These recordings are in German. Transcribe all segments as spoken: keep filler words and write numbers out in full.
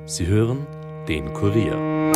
Sie hören den Kurier.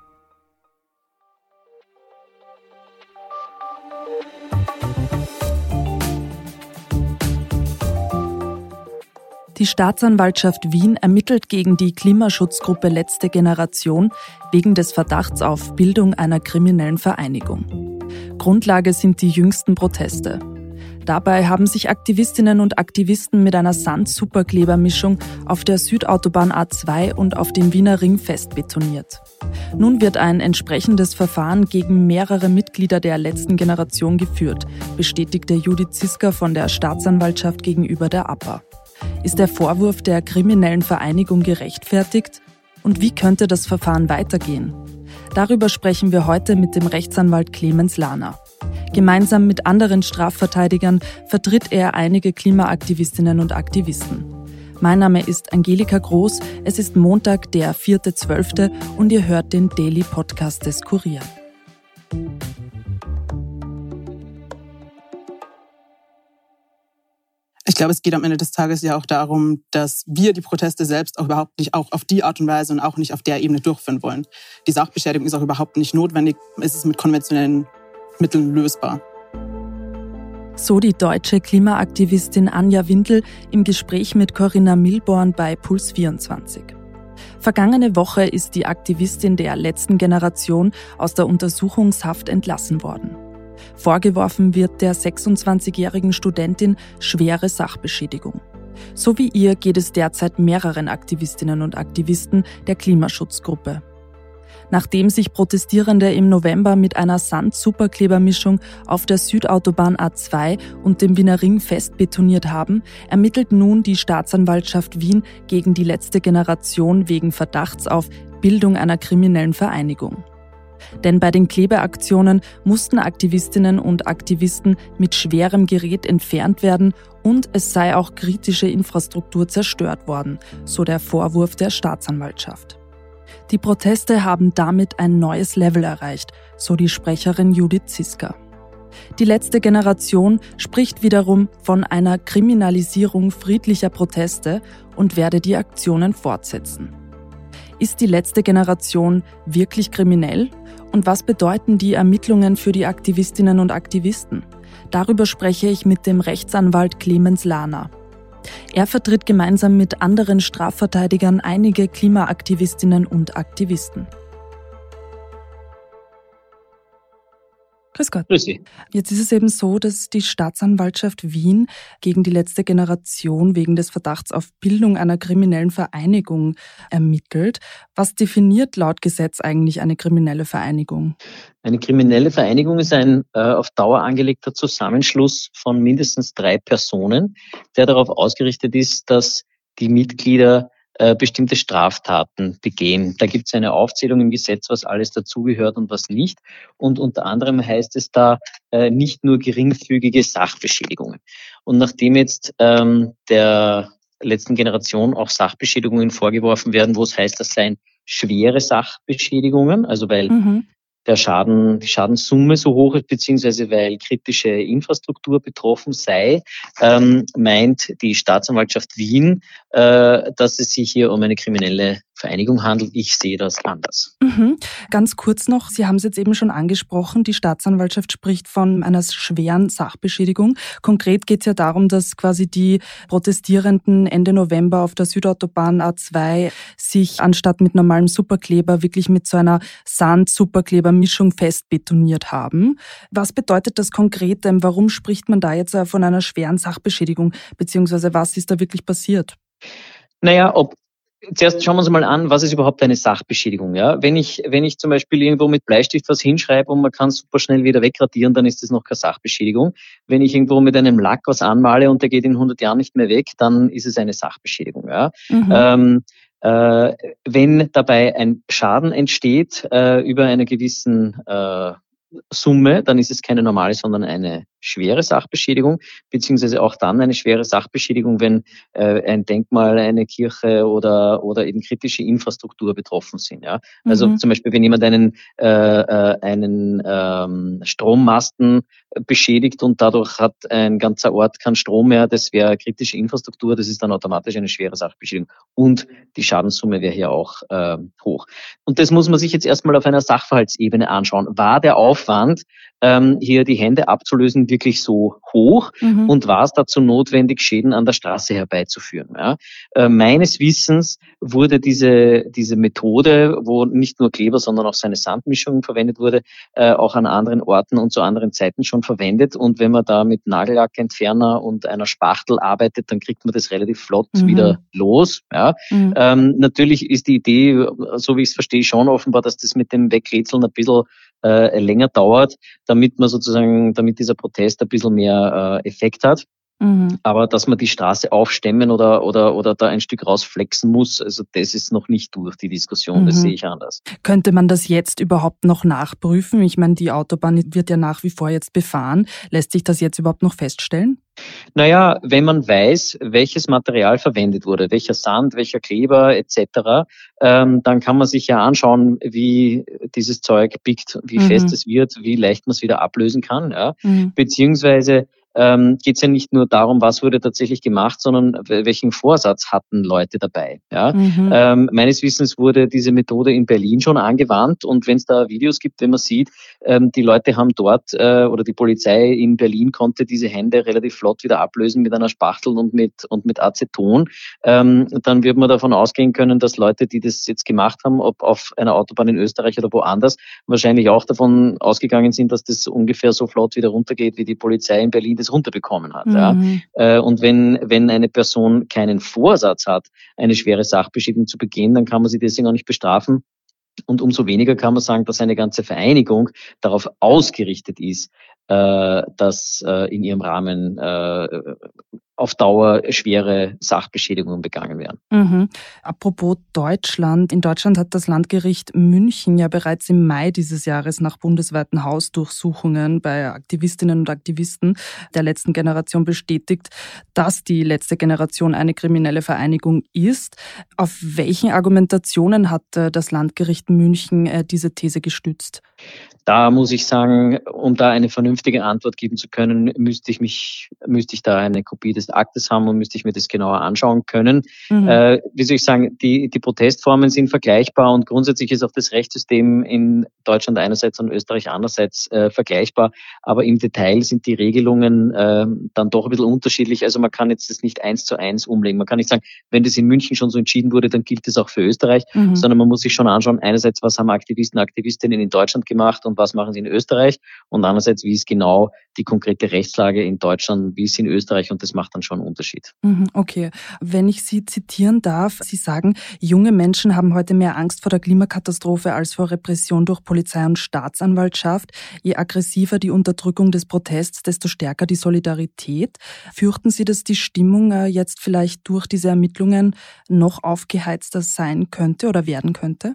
Die Staatsanwaltschaft Wien ermittelt gegen die Klimaschutzgruppe Letzte Generation wegen des Verdachts auf Bildung einer kriminellen Vereinigung. Grundlage sind die jüngsten Proteste. Dabei haben sich Aktivistinnen und Aktivisten mit einer Sand-Superkleber-Mischung auf der Südautobahn A zwei und auf dem Wiener Ring festbetoniert. Nun wird ein entsprechendes Verfahren gegen mehrere Mitglieder der Letzten Generation geführt, bestätigte Judith Ziska von der Staatsanwaltschaft gegenüber der A P A. Ist der Vorwurf der kriminellen Vereinigung gerechtfertigt? Und wie könnte das Verfahren weitergehen? Darüber sprechen wir heute mit dem Rechtsanwalt Clemens Lahner. Gemeinsam mit anderen Strafverteidigern vertritt er einige Klimaaktivistinnen und Aktivisten. Mein Name ist Angelika Groß, es ist Montag, der vierte zwölfte und ihr hört den Daily Podcast des Kurier. Ich glaube, es geht am Ende des Tages ja auch darum, dass wir die Proteste selbst auch überhaupt nicht auch auf die Art und Weise und auch nicht auf der Ebene durchführen wollen. Die Sachbeschädigung ist auch überhaupt nicht notwendig, es ist mit konventionellen Mitteln lösbar. So die deutsche Klimaaktivistin Anja Windel im Gespräch mit Corinna Milborn bei Puls vierundzwanzig. Vergangene Woche ist die Aktivistin der Letzten Generation aus der Untersuchungshaft entlassen worden. Vorgeworfen wird der sechsundzwanzigjährigen Studentin schwere Sachbeschädigung. So wie ihr geht es derzeit mehreren Aktivistinnen und Aktivisten der Klimaschutzgruppe. Nachdem sich Protestierende im November mit einer Sand-Superkleber-Mischung auf der Südautobahn A zwei und dem Wiener Ring festbetoniert haben, ermittelt nun die Staatsanwaltschaft Wien gegen die Letzte Generation wegen Verdachts auf Bildung einer kriminellen Vereinigung. Denn bei den Klebeaktionen mussten Aktivistinnen und Aktivisten mit schwerem Gerät entfernt werden und es sei auch kritische Infrastruktur zerstört worden, so der Vorwurf der Staatsanwaltschaft. Die Proteste haben damit ein neues Level erreicht, so die Sprecherin Judith Ziska. Die Letzte Generation spricht wiederum von einer Kriminalisierung friedlicher Proteste und werde die Aktionen fortsetzen. Ist die Letzte Generation wirklich kriminell? Und was bedeuten die Ermittlungen für die Aktivistinnen und Aktivisten? Darüber spreche ich mit dem Rechtsanwalt Clemens Lahner. Er vertritt gemeinsam mit anderen Strafverteidigern einige Klimaaktivistinnen und Aktivisten. Grüß Gott. Grüß Sie. Jetzt ist es eben so, dass die Staatsanwaltschaft Wien gegen die Letzte Generation wegen des Verdachts auf Bildung einer kriminellen Vereinigung ermittelt. Was definiert laut Gesetz eigentlich eine kriminelle Vereinigung? Eine kriminelle Vereinigung ist ein äh, auf Dauer angelegter Zusammenschluss von mindestens drei Personen, der darauf ausgerichtet ist, dass die Mitglieder äh, bestimmte Straftaten begehen. Da gibt es eine Aufzählung im Gesetz, was alles dazugehört und was nicht. Und unter anderem heißt es da äh, nicht nur geringfügige Sachbeschädigungen. Und nachdem jetzt ähm, der Letzten Generation auch Sachbeschädigungen vorgeworfen werden, wo es heißt, das seien schwere Sachbeschädigungen, also weil mhm. der Schaden, die Schadenssumme so hoch ist, beziehungsweise weil kritische Infrastruktur betroffen sei, ähm, meint die Staatsanwaltschaft Wien, äh, dass es sich hier um eine kriminelle Vereinigung handelt. Ich sehe das anders. Mhm. Ganz kurz noch, Sie haben es jetzt eben schon angesprochen, die Staatsanwaltschaft spricht von einer schweren Sachbeschädigung. Konkret geht es ja darum, dass quasi die Protestierenden Ende November auf der Südautobahn A zwei sich anstatt mit normalem Superkleber wirklich mit so einer Sand-Superkleber-Mischung festbetoniert haben. Was bedeutet das konkret? Warum spricht man da jetzt von einer schweren Sachbeschädigung? Beziehungsweise was ist da wirklich passiert? Naja, ob Zuerst schauen wir uns mal an, was ist überhaupt eine Sachbeschädigung. Ja? Wenn ich wenn ich zum Beispiel irgendwo mit Bleistift was hinschreibe und man kann es super schnell wieder wegradieren, dann ist das noch keine Sachbeschädigung. Wenn ich irgendwo mit einem Lack was anmale und der geht in hundert Jahren nicht mehr weg, dann ist es eine Sachbeschädigung. Ja? Mhm. Ähm, äh, wenn dabei ein Schaden entsteht äh, über einer gewissen äh, Summe, dann ist es keine normale, sondern eine schwere Sachbeschädigung, beziehungsweise auch dann eine schwere Sachbeschädigung, wenn äh, ein Denkmal, eine Kirche oder oder eben kritische Infrastruktur betroffen sind. Ja, also Mhm. zum Beispiel, wenn jemand einen äh, äh, einen ähm, Strommasten beschädigt und dadurch hat ein ganzer Ort keinen Strom mehr, das wäre kritische Infrastruktur, das ist dann automatisch eine schwere Sachbeschädigung und die Schadenssumme wäre hier auch äh, hoch. Und das muss man sich jetzt erstmal auf einer Sachverhaltsebene anschauen. War der Aufwand, ähm, hier die Hände abzulösen, wirklich so hoch Mhm. und war es dazu notwendig, Schäden an der Straße herbeizuführen? Ja? Äh, meines Wissens wurde diese, diese Methode, wo nicht nur Kleber, sondern auch so eine Sandmischung verwendet wurde, äh, auch an anderen Orten und zu anderen Zeiten schon verwendet. Und wenn man da mit Nagellackentferner und einer Spachtel arbeitet, dann kriegt man das relativ flott Mhm. wieder los. Ja? Mhm. Ähm, natürlich ist die Idee, so wie ich es verstehe, schon offenbar, dass das mit dem Wegrätseln ein bisschen äh, länger dauert, damit man sozusagen, damit dieser Protest ein bisschen mehr äh, Effekt hat. Mhm. Aber dass man die Straße aufstemmen oder, oder, oder da ein Stück rausflexen muss, also das ist noch nicht durch, die Diskussion, das Mhm. sehe ich anders. Könnte man das jetzt überhaupt noch nachprüfen? Ich meine, die Autobahn wird ja nach wie vor jetzt befahren. Lässt sich das jetzt überhaupt noch feststellen? Naja, wenn man weiß, welches Material verwendet wurde, welcher Sand, welcher Kleber et cetera, ähm, dann kann man sich ja anschauen, wie dieses Zeug biegt, wie Mhm. fest es wird, wie leicht man es wieder ablösen kann. Ja? Mhm. Beziehungsweise ähm, geht es ja nicht nur darum, was wurde tatsächlich gemacht, sondern welchen Vorsatz hatten Leute dabei. Ja? Mhm. Ähm, meines Wissens wurde diese Methode in Berlin schon angewandt und wenn es da Videos gibt, wenn man sieht, ähm, die Leute haben dort äh, oder die Polizei in Berlin konnte diese Hände relativ flott wieder ablösen mit einer Spachtel und mit und mit Aceton, ähm, dann wird man davon ausgehen können, dass Leute, die das jetzt gemacht haben, ob auf einer Autobahn in Österreich oder woanders, wahrscheinlich auch davon ausgegangen sind, dass das ungefähr so flott wieder runtergeht, wie die Polizei in Berlin das runterbekommen hat. Ja. Mhm. Äh, und wenn wenn eine Person keinen Vorsatz hat, eine schwere Sachbeschädigung zu begehen, dann kann man sie deswegen auch nicht bestrafen. Und umso weniger kann man sagen, dass eine ganze Vereinigung darauf ausgerichtet ist, äh, dass äh, in ihrem Rahmen äh, auf Dauer schwere Sachbeschädigungen begangen werden. Mhm. Apropos Deutschland. In Deutschland hat das Landgericht München ja bereits im Mai dieses Jahres nach bundesweiten Hausdurchsuchungen bei Aktivistinnen und Aktivisten der letzten Generation bestätigt, dass die letzte Generation eine kriminelle Vereinigung ist. Auf welchen Argumentationen hat das Landgericht München diese These gestützt? Da muss ich sagen, um da eine vernünftige Antwort geben zu können, müsste ich mich, müsste ich da eine Kopie des Aktes haben und müsste ich mir das genauer anschauen können. Mhm. Äh, wie soll ich sagen, die, die Protestformen sind vergleichbar und grundsätzlich ist auch das Rechtssystem in Deutschland einerseits und Österreich andererseits äh, vergleichbar. Aber im Detail sind die Regelungen äh, dann doch ein bisschen unterschiedlich. Also man kann jetzt das nicht eins zu eins umlegen. Man kann nicht sagen, wenn das in München schon so entschieden wurde, dann gilt das auch für Österreich, Mhm. sondern man muss sich schon anschauen, einerseits, was haben Aktivisten, Aktivistinnen in Deutschland gemacht und was machen sie in Österreich und andererseits, wie ist genau die konkrete Rechtslage in Deutschland, wie ist sie in Österreich und das macht dann schon einen Unterschied. Mhm, okay. Wenn ich Sie zitieren darf, Sie sagen, junge Menschen haben heute mehr Angst vor der Klimakatastrophe als vor Repression durch Polizei und Staatsanwaltschaft. Je aggressiver die Unterdrückung des Protests, desto stärker die Solidarität. Fürchten Sie, dass die Stimmung jetzt vielleicht durch diese Ermittlungen noch aufgeheizter sein könnte oder werden könnte?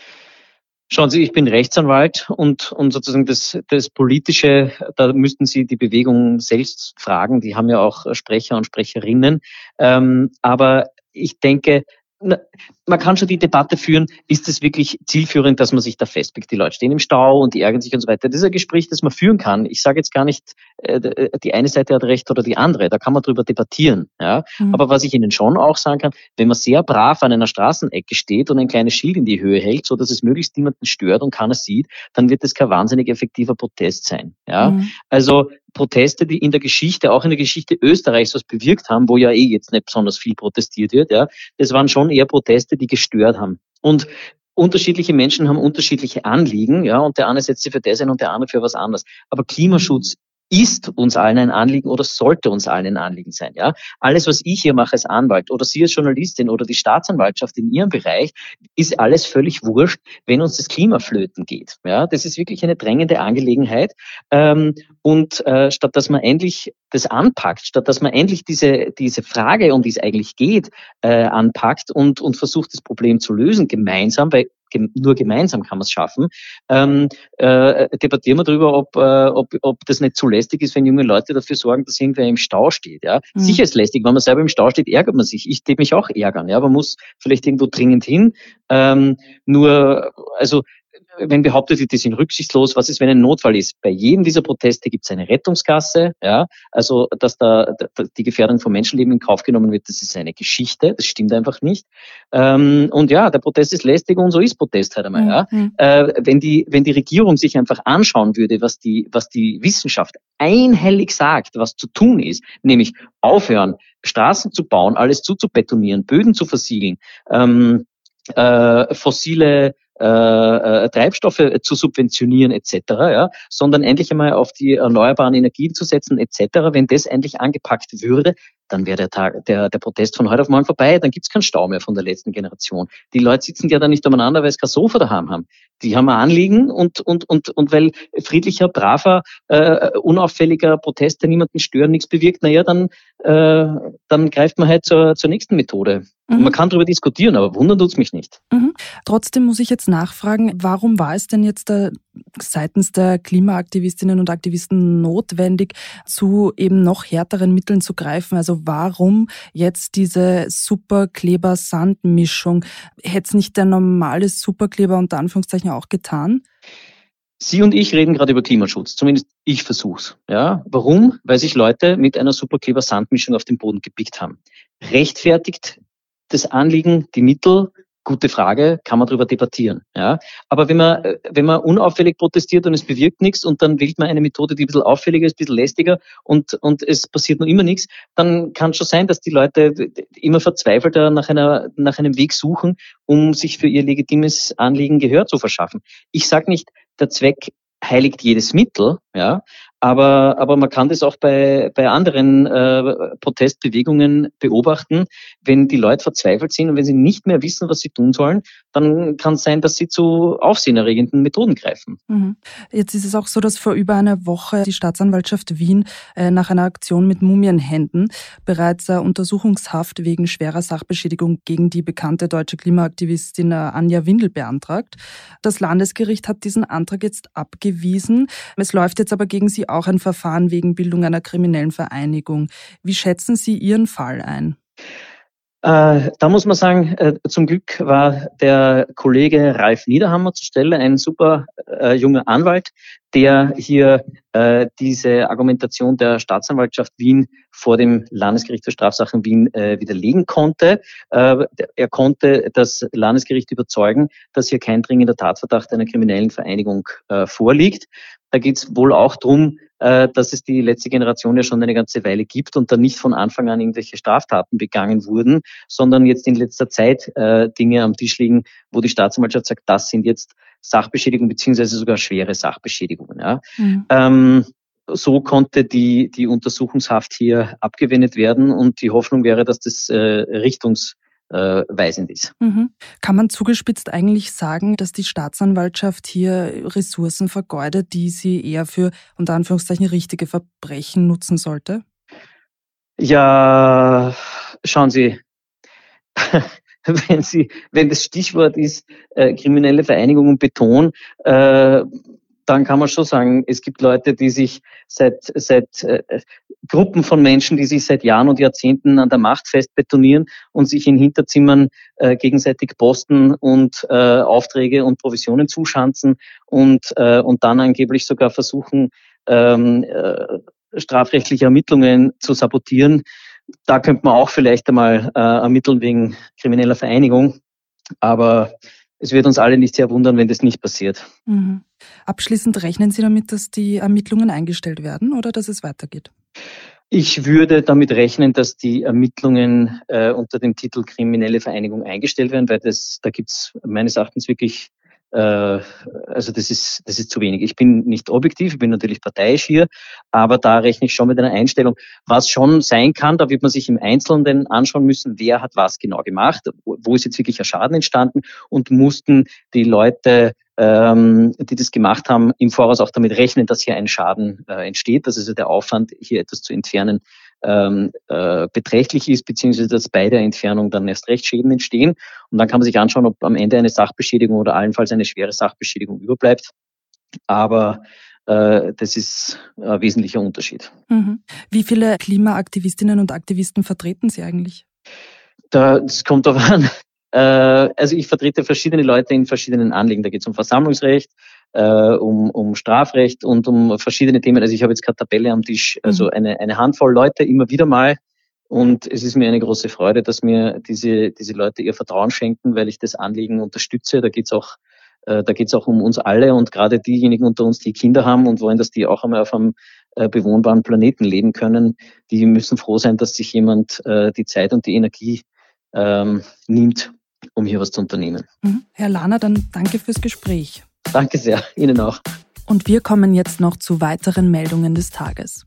Schauen Sie, ich bin Rechtsanwalt und, und sozusagen das, das Politische, da müssten Sie die Bewegung selbst fragen. Die haben ja auch Sprecher und Sprecherinnen. Ähm, aber ich denke, man kann schon die Debatte führen, ist es wirklich zielführend, dass man sich da festpickt? Die Leute stehen im Stau und die ärgern sich und so weiter. Das ist ein Gespräch, das man führen kann. Ich sage jetzt gar nicht, die eine Seite hat recht oder die andere. Da kann man drüber debattieren. Ja? Mhm. Aber was ich Ihnen schon auch sagen kann, wenn man sehr brav an einer Straßenecke steht und ein kleines Schild in die Höhe hält, so dass es möglichst niemanden stört und keiner sieht, dann wird das kein wahnsinnig effektiver Protest sein. Ja? Mhm. Also Proteste, die in der Geschichte, auch in der Geschichte Österreichs was bewirkt haben, wo ja eh jetzt nicht besonders viel protestiert wird, ja, das waren schon eher Proteste, die gestört haben. Und unterschiedliche Menschen haben unterschiedliche Anliegen, ja, und der eine setzt sich für das ein und der andere für was anderes. Aber Klimaschutz ist uns allen ein Anliegen oder sollte uns allen ein Anliegen sein, ja. Alles, was ich hier mache als Anwalt oder Sie als Journalistin oder die Staatsanwaltschaft in Ihrem Bereich, ist alles völlig wurscht, wenn uns das Klima flöten geht, ja. Das ist wirklich eine drängende Angelegenheit. Ähm, und äh, statt dass man endlich das anpackt, statt dass man endlich diese diese Frage, um die es eigentlich geht, äh, anpackt und und versucht, das Problem zu lösen gemeinsam, weil gem- nur gemeinsam kann man es schaffen, ähm, äh, debattieren wir darüber, ob, äh, ob, ob das nicht zu lästig ist, wenn junge Leute dafür sorgen, dass irgendwer im Stau steht. Ja? Mhm. Sicher ist lästig, wenn man selber im Stau steht, ärgert man sich. Ich würde mich auch ärgern. Ja? Man muss vielleicht irgendwo dringend hin. Ähm, nur, also wenn behauptet wird, die sind rücksichtslos, was ist, wenn ein Notfall ist? Bei jedem dieser Proteste gibt es eine Rettungsgasse, ja, also dass da, da die Gefährdung von Menschenleben in Kauf genommen wird, das ist eine Geschichte, das stimmt einfach nicht. Ähm, und ja, der Protest ist lästig und so ist Protest halt einmal. Ja. Mhm. Äh, wenn die wenn die Regierung sich einfach anschauen würde, was die was die Wissenschaft einhellig sagt, was zu tun ist, nämlich aufhören, Straßen zu bauen, alles zuzubetonieren, Böden zu versiegeln, ähm, äh, fossile Äh, Treibstoffe zu subventionieren et cetera, ja, sondern endlich einmal auf die erneuerbaren Energien zu setzen et cetera. Wenn das endlich angepackt würde, dann wäre der Tag, der, der Protest von heute auf morgen vorbei, dann gibt's keinen Stau mehr von der letzten Generation. Die Leute sitzen ja dann nicht umeinander, weil sie kein Sofa daheim haben. Die haben ein Anliegen und, und, und, und weil friedlicher, braver, äh, unauffälliger Protest, der niemanden stören, nichts bewirkt, naja, dann, äh, dann greift man halt zur, zur nächsten Methode. Mhm. Man kann darüber diskutieren, aber wundern tut's mich nicht. Mhm. Trotzdem muss ich jetzt nachfragen, warum war es denn jetzt da seitens der Klimaaktivistinnen und Aktivisten notwendig, zu eben noch härteren Mitteln zu greifen? Also warum jetzt diese Superkleber-Sand-Mischung? Hätte es nicht der normale Superkleber unter Anführungszeichen auch getan? Sie und ich reden gerade über Klimaschutz. Zumindest ich versuch's. Ja, warum? Weil sich Leute mit einer Superkleber-Sandmischung auf den Boden gepickt haben. Rechtfertigt das Anliegen, die Mittel? Gute Frage, kann man darüber debattieren. Ja, aber wenn man wenn man unauffällig protestiert und es bewirkt nichts und dann wählt man eine Methode, die ein bisschen auffälliger ist, ein bisschen lästiger und und es passiert noch immer nichts, dann kann es schon sein, dass die Leute immer verzweifelter nach einer nach einem Weg suchen, um sich für ihr legitimes Anliegen Gehör zu verschaffen. Ich sage nicht, der Zweck heiligt jedes Mittel, ja, aber aber man kann das auch bei bei anderen äh, Protestbewegungen beobachten, wenn die Leute verzweifelt sind und wenn sie nicht mehr wissen, was sie tun sollen, dann kann es sein, dass sie zu aufsehenerregenden Methoden greifen. Mhm. Jetzt ist es auch so, dass vor über einer Woche die Staatsanwaltschaft Wien äh, nach einer Aktion mit Mumienhänden bereits eine Untersuchungshaft wegen schwerer Sachbeschädigung gegen die bekannte deutsche Klimaaktivistin Anja Windel beantragt. Das Landesgericht hat diesen Antrag jetzt abgewiesen. Es läuft jetzt aber gegen sie auch ein Verfahren wegen Bildung einer kriminellen Vereinigung. Wie schätzen Sie Ihren Fall ein? Äh, da muss man sagen, äh, zum Glück war der Kollege Ralf Niederhammer zur Stelle, ein super äh, junger Anwalt, der hier äh, diese Argumentation der Staatsanwaltschaft Wien vor dem Landesgericht für Strafsachen Wien äh, widerlegen konnte. Äh, er konnte das Landesgericht überzeugen, dass hier kein dringender Tatverdacht einer kriminellen Vereinigung äh, vorliegt. Da geht es wohl auch drum, äh, dass es die letzte Generation ja schon eine ganze Weile gibt und da nicht von Anfang an irgendwelche Straftaten begangen wurden, sondern jetzt in letzter Zeit äh, Dinge am Tisch liegen, wo die Staatsanwaltschaft sagt, das sind jetzt Sachbeschädigungen beziehungsweise sogar schwere Sachbeschädigungen. Ja. Mhm. Ähm, so konnte die, die Untersuchungshaft hier abgewendet werden und die Hoffnung wäre, dass das äh, richtungs Äh, weisend ist. Mhm. Kann man zugespitzt eigentlich sagen, dass die Staatsanwaltschaft hier Ressourcen vergeudet, die sie eher für unter Anführungszeichen richtige Verbrechen nutzen sollte? Ja, schauen Sie, wenn Sie, wenn das Stichwort ist äh, kriminelle Vereinigung und Beton, äh, dann kann man schon sagen, es gibt Leute, die sich seit, seit äh, Gruppen von Menschen, die sich seit Jahren und Jahrzehnten an der Macht festbetonieren und sich in Hinterzimmern äh, gegenseitig Posten und äh, Aufträge und Provisionen zuschanzen und, äh, und dann angeblich sogar versuchen, ähm, äh, strafrechtliche Ermittlungen zu sabotieren. Da könnte man auch vielleicht einmal äh, ermitteln wegen krimineller Vereinigung, aber es wird uns alle nicht sehr wundern, wenn das nicht passiert. Mhm. Abschließend, rechnen Sie damit, dass die Ermittlungen eingestellt werden oder dass es weitergeht? Ich würde damit rechnen, dass die Ermittlungen äh, unter dem Titel kriminelle Vereinigung eingestellt werden, weil das, da gibt's meines Erachtens wirklich, äh, also das ist, das ist zu wenig. Ich bin nicht objektiv, ich bin natürlich parteiisch hier, aber da rechne ich schon mit einer Einstellung. Was schon sein kann, da wird man sich im Einzelnen anschauen müssen, wer hat was genau gemacht, wo, wo ist jetzt wirklich ein Schaden entstanden und mussten die Leute, ähm, die das gemacht haben, im Voraus auch damit rechnen, dass hier ein Schaden äh, entsteht, dass also der Aufwand, hier etwas zu entfernen, ähm, äh, beträchtlich ist, beziehungsweise dass bei der Entfernung dann erst recht Schäden entstehen. Und dann kann man sich anschauen, ob am Ende eine Sachbeschädigung oder allenfalls eine schwere Sachbeschädigung überbleibt. Aber äh, das ist ein wesentlicher Unterschied. Mhm. Wie viele Klimaaktivistinnen und Aktivisten vertreten Sie eigentlich? Da, das kommt darauf an. Äh, also ich vertrete verschiedene Leute in verschiedenen Anliegen. Da geht es um Versammlungsrecht, äh, um, um Strafrecht und um verschiedene Themen. Also ich habe jetzt keine Tabelle am Tisch, also Mhm. eine, eine Handvoll Leute immer wieder mal. Und es ist mir eine große Freude, dass mir diese, diese Leute ihr Vertrauen schenken, weil ich das Anliegen unterstütze. Da geht's auch, äh, da geht's auch um uns alle und gerade diejenigen unter uns, die Kinder haben und wollen, dass die auch einmal auf einem äh, bewohnbaren Planeten leben können. Die müssen froh sein, dass sich jemand äh, die Zeit und die Energie ähm, nimmt, um hier was zu unternehmen. Mhm. Herr Lahner, dann danke fürs Gespräch. Danke sehr, Ihnen auch. Und wir kommen jetzt noch zu weiteren Meldungen des Tages.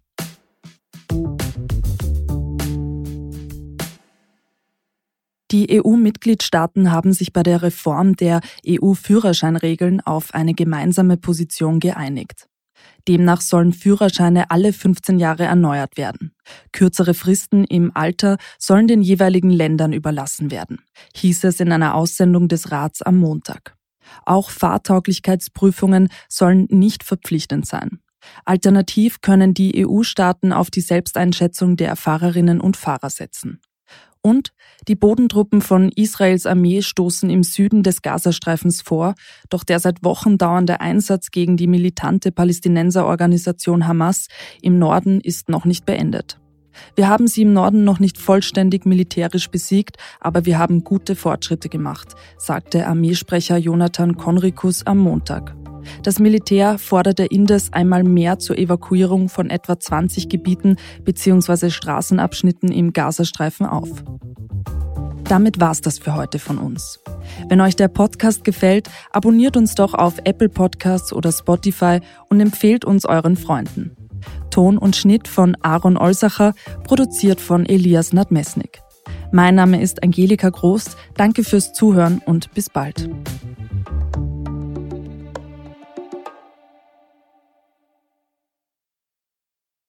Die E U-Mitgliedstaaten haben sich bei der Reform der E U-Führerscheinregeln auf eine gemeinsame Position geeinigt. Demnach sollen Führerscheine alle fünfzehn Jahre erneuert werden. Kürzere Fristen im Alter sollen den jeweiligen Ländern überlassen werden, hieß es in einer Aussendung des Rats am Montag. Auch Fahrtauglichkeitsprüfungen sollen nicht verpflichtend sein. Alternativ können die E U-Staaten auf die Selbsteinschätzung der Fahrerinnen und Fahrer setzen. Und die Bodentruppen von Israels Armee stoßen im Süden des Gazastreifens vor, doch der seit Wochen dauernde Einsatz gegen die militante Palästinenserorganisation Hamas im Norden ist noch nicht beendet. Wir haben sie im Norden noch nicht vollständig militärisch besiegt, aber wir haben gute Fortschritte gemacht, sagte Armeesprecher Jonathan Conricus am Montag. Das Militär forderte indes einmal mehr zur Evakuierung von etwa zwanzig Gebieten bzw. Straßenabschnitten im Gazastreifen auf. Damit war's das für heute von uns. Wenn euch der Podcast gefällt, abonniert uns doch auf Apple Podcasts oder Spotify und empfehlt uns euren Freunden. Ton und Schnitt von Aaron Olsacher, produziert von Elias Nadmesnik. Mein Name ist Angelika Groß, danke fürs Zuhören und bis bald.